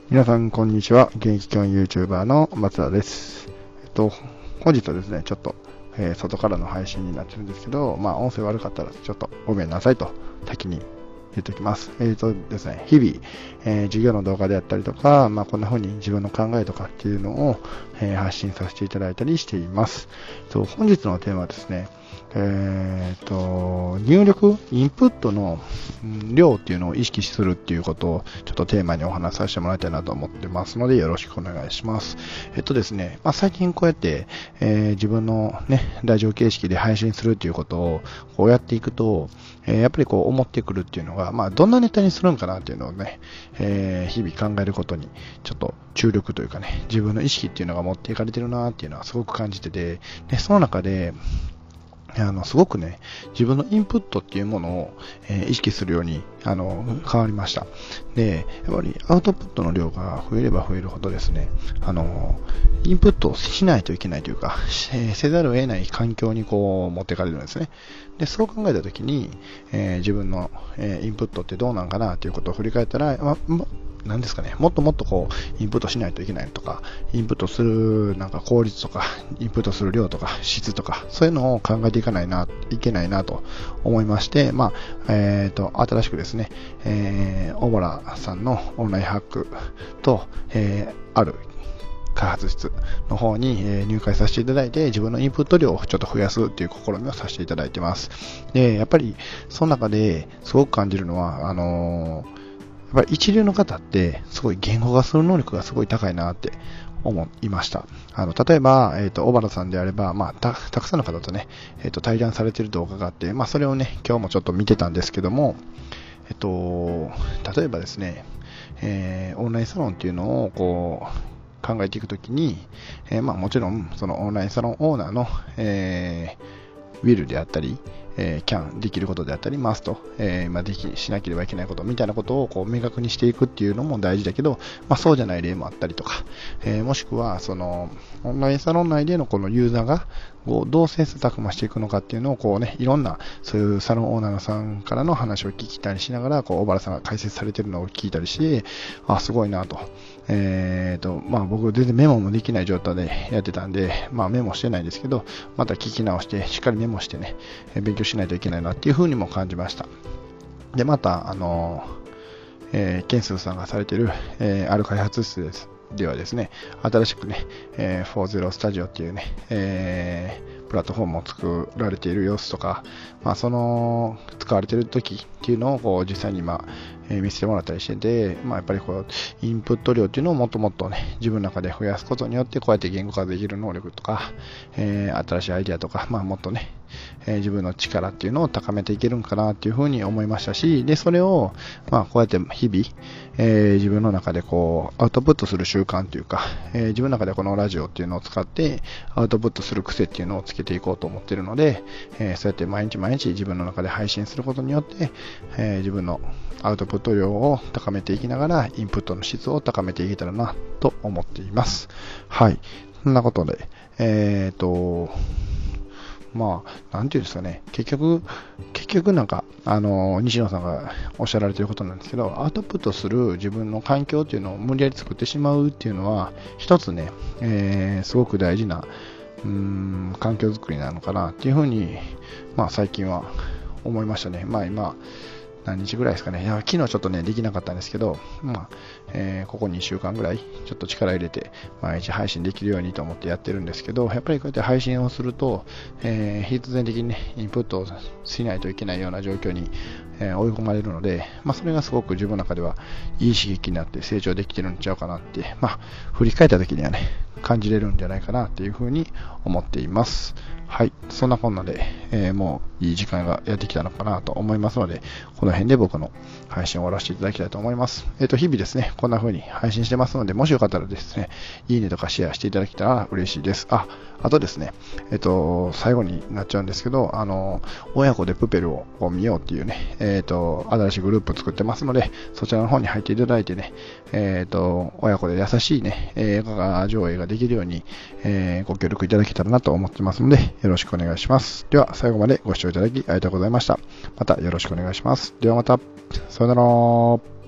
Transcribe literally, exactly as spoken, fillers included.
皆さんこんにちは。現役教員 YouTuber の松田です。えっと本日はですねちょっと、えー、外からの配信になってるんですけど、まあ音声悪かったらちょっとごめんなさいと先に言っておきます。えっとですね日々、えー、授業の動画であったりとか、まあこんな風に自分の考えとかっていうのを、えー、発信させていただいたりしています。と本日のテーマはですね。えー、と入力インプットの量っていうのを意識するっていうことをちょっとテーマにお話しさせてもらいたいなと思ってますのでよろしくお願いします。えっとですね、まあ、最近こうやって、えー、自分のねラジオ形式で配信するっていうことをこうやっていくと、えー、やっぱりこう思ってくるっていうのが、まあ、どんなネタにするんかなっていうのをね、えー、日々考えることにちょっと注力というかね自分の意識っていうのが持っていかれてるなっていうのはすごく感じてて、でその中であのすごくね自分のインプットっていうものを、えー、意識するようにあの変わりました。でやっぱりアウトプットの量が増えれば増えるほどですねあのインプットをしないといけないというか、えー、せざるを得ない環境にこう持っていかれるんですね。でそう考えたときに、えー、自分の、えー、インプットってどうなんかなということを振り返ったら、ままなんですかね、もっともっとこうインプットしないといけないとか、インプットするなんか効率とか、インプットする量とか質とか、そういうのを考えていかないな、いけないなと思いまして、まあ、えっと、新しくですね、えー、小原さんのオンラインハックと、えー、ある開発室の方に入会させていただいて、自分のインプット量をちょっと増やすっていう試みをさせていただいてます。で、やっぱりその中ですごく感じるのは、あのーやっぱり一流の方ってすごい言語化する能力がすごい高いなって思いました。あの例えば、えっと、小原さんであれば、まあ、た, たくさんの方とね、えっと、対談されている動画があって、まあ、それをね、今日もちょっと見てたんですけども、えっと、例えばですね、えー、オンラインサロンっていうのをこう考えていくときに、えー、まあ、もちろんそのオンラインサロンオーナーの、えー、ウィルであったり、えー、キャンできることであったり、マスト、えーまあ、できしなければいけないことみたいなことをこう明確にしていくっていうのも大事だけど、まあ、そうじゃない例もあったりとか、えー、もしくはそのオンラインサロン内でのこのユーザーがこうどう切磋琢磨していくのかっていうのをこう、ね、いろんなそういうサロンオーナーさんからの話を聞きたりしながら、こう小原さんが解説されているのを聞いたりして、あすごいなと。えーとまあ、僕全然メモもできない状態でやってたんで、まあ、メモしてないんですけど、また聞き直してしっかりメモしてね勉強しないといけないなっていうふうにも感じました。でまたあの、えー、ケンスーさんがされている、えー、ある開発室ですではですね、新しくね、えー、フォーゼロスタジオっていうね、えープラットフォームを作られている様子とか、まあ、その使われている時っていうのをこう実際に今、えー、見せてもらったりしてて、まあ、やっぱりこうインプット量っていうのをもっともっとね自分の中で増やすことによってこうやって言語化できる能力とか、えー、新しいアイデアとか、まあ、もっとね、えー、自分の力っていうのを高めていけるんかなっていうふうに思いましたし、でそれを、まあ、こうやって日々、えー、自分の中でこうアウトプットする習慣というか、えー、自分の中でこのラジオっていうのを使ってアウトプットする癖っていうのをつけていこうと思っているので、えー、そうやって毎日毎日自分の中で配信することによって、えー、自分のアウトプット量を高めていきながらインプットの質を高めていけたらなと思っています。はい。そんなことで、えっと、まあ、なんていうんですかね、結局、結局なんか、あの、西野さんがおっしゃられていることなんですけど、アウトプットする自分の環境っていうのを無理やり作ってしまうっていうのは、一つね、えー、すごく大事な、うーん、環境づくりなのかなっていうふうに、まあ最近は思いましたね。まあ今、何日ぐらいですかね。いや昨日ちょっとね、できなかったんですけど、まあ、えー、ここにしゅうかんぐらい、ちょっと力入れて、毎日配信できるようにと思ってやってるんですけど、やっぱりこうやって配信をすると、えー、必然的にね、インプットをしないといけないような状況に、えー、追い込まれるので、まあ、それがすごく自分の中ではいい刺激になって成長できてるんちゃうかなって、まあ、振り返った時にはね、感じれるんじゃないかなっていうふうに思っています。はい。そんなこんなで、えー、もういい時間がやってきたのかなと思いますので、この辺で僕の配信を終わらせていただきたいと思います。えっと、日々ですね、こんな風に配信してますので、もしよかったらですね、いいねとかシェアしていただけたら嬉しいです。あ、あとですね、えっと、最後になっちゃうんですけど、あの、親子でプペルを見ようっていうね、えっと、新しいグループを作ってますので、そちらの方に入っていただいてね、えっと、親子で優しいね、映画上映ができるように、えー、ご協力いただけたらなと思ってますので、よろしくお願いします。では、最後までご視聴いただきありがとうございました。またよろしくお願いします。ではまた。さよなら。